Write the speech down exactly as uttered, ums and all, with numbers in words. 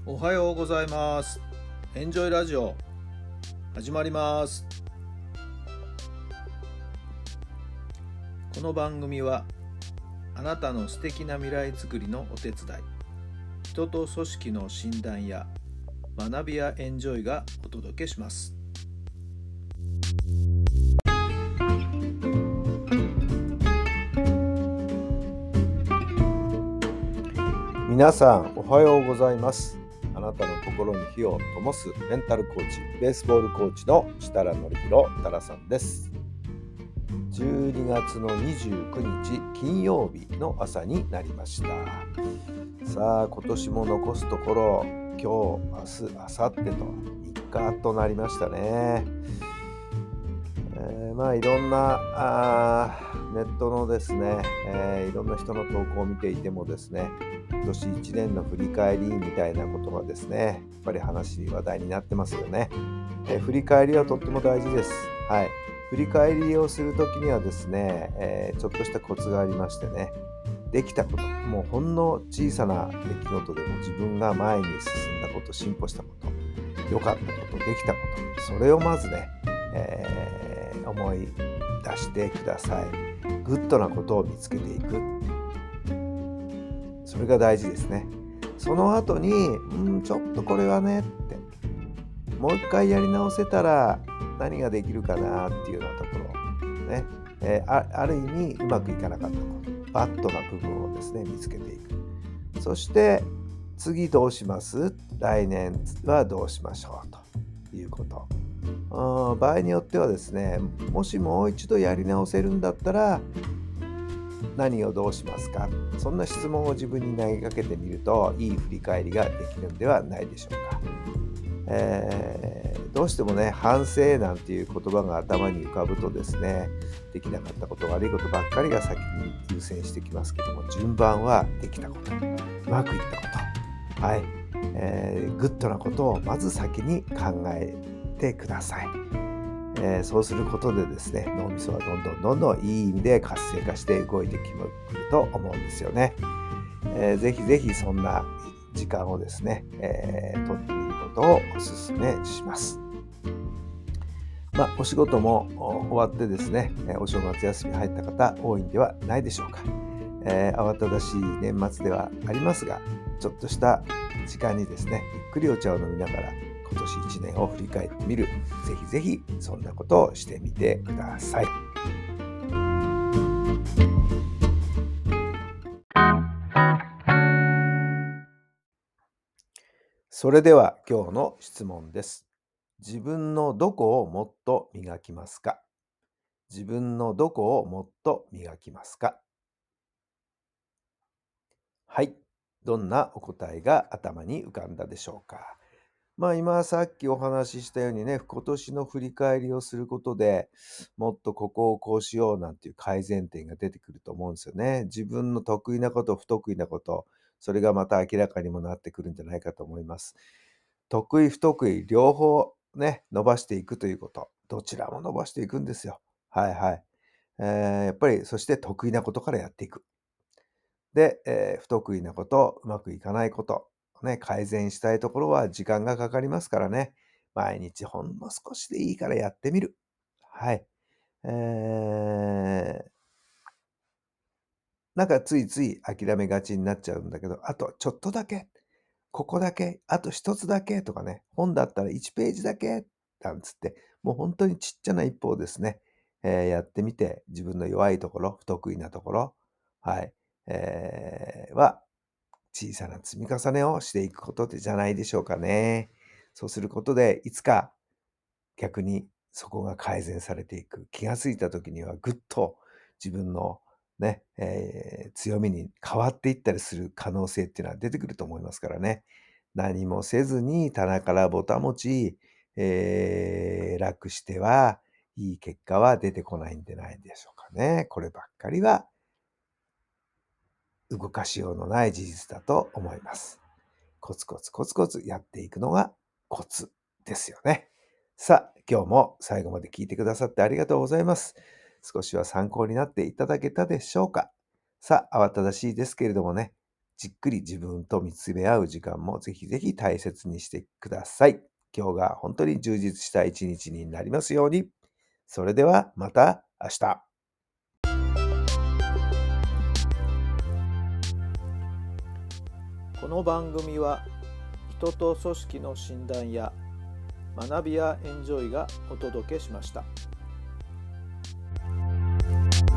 おはようございます。エンジョイラジオ始まります。この番組はあなたの素敵な未来づくりのお手伝い、人と組織の診断や学びやエンジョイがお届けします。皆さんおはようございます。あなたの心に火を灯すメンタルコーチ、ベースボールコーチの設楽範弘太良さんです。じゅうにがつのにじゅうくにち金曜日の朝になりました。さあ今年も残すところ今日、明日、明後日とみっかとなりましたね。えー、まあいろんなあネットのですね、えー、いろんな人の投稿を見ていてもですね、今年いちねんの振り返りみたいなことがですね、やっぱり話話題になってますよね。えー、振り返りはとっても大事です。はい。振り返りをするときにはですね、えー、ちょっとしたコツがありましてね、できたこと、もうほんの小さな出来事でも自分が前に進んだこと、進歩したこと、良かったこと、できたこと、それをまずね、えー、思い出してください。グッドなことを見つけていく。それが大事ですね。その後に、うん、ちょっとこれはねって、もう一回やり直せたら何ができるかなっていうようなところ、ね、えー、あ, ある意味うまくいかなかったこと、バッドな部分をですね、見つけていく。そして次どうします？来年はどうしましょうということ。あ場合によってはですね、もしもう一度やり直せるんだったら何をどうしますか？そんな質問を自分に投げかけてみるといい振り返りができるんではないでしょうか。えー、どうしてもね、反省なんていう言葉が頭に浮かぶとですね、できなかったこと、悪いことばっかりが先に優先してきますけども、順番はできたこと、うまくいったこと、はい、えー、グッドなことをまず先に考えてください。えー、そうすることでですね、脳みそはどんどんどんどんいい意味で活性化して動いてくると思うんですよね。えー、ぜひぜひそんな時間をですね、えー、取ってみることをお勧めします。まあ、お仕事も終わってですね、お正月休み入った方多いんではないでしょうか。えー、慌ただしい年末ではありますが、ちょっとした時間にですね、ゆっくりお茶を飲みながら今年いちねんを振り返ってみる。ぜひぜひそんなことをしてみてください。それでは今日の質問です。自分のどこをもっと磨きますか？自分のどこをもっと磨きますか？はい。どんなお答えが頭に浮かんだでしょうか？まあ今さっきお話ししたようにね、今年の振り返りをすることでもっとここをこうしようなんていう改善点が出てくると思うんですよね。自分の得意なこと、不得意なこと、それがまた明らかにもなってくるんじゃないかと思います。得意不得意両方ね、伸ばしていくということ。どちらも伸ばしていくんですよ。はいはい。えー、やっぱりそして得意なことからやっていく。で、えー不得意なこと、うまくいかないこと、ね、改善したいところは時間がかかりますからね。毎日ほんの少しでいいからやってみる。はい。えー、なんかついつい諦めがちになっちゃうんだけど、あとちょっとだけ、ここだけ、あと一つだけとかね、本だったらいちページだけなんつって、もう本当にちっちゃな一歩をですね、えーやってみて、自分の弱いところ、不得意なところ、はい、えーは小さな積み重ねをしていくことでじゃないでしょうかね。そうすることで、いつか逆にそこが改善されていく。気がついた時にはぐっと自分のね、えー強みに変わっていったりする可能性っていうのは出てくると思いますからね。何もせずに棚からぼたもち、えー楽してはいい結果は出てこないんでないでしょうかね。こればっかりは動かしようのない事実だと思います。コツコツコツコツやっていくのがコツですよね。さあ、今日も最後まで聞いてくださってありがとうございます。少しは参考になっていただけたでしょうか。さあ、慌ただしいですけれどもね、 じっくり自分と見つめ合う時間もぜひぜひ大切にしてください。今日が本当に充実した一日になりますように。それではまた明日。 この番組は人と組織の診断や学びやエンジョイがお届けしました。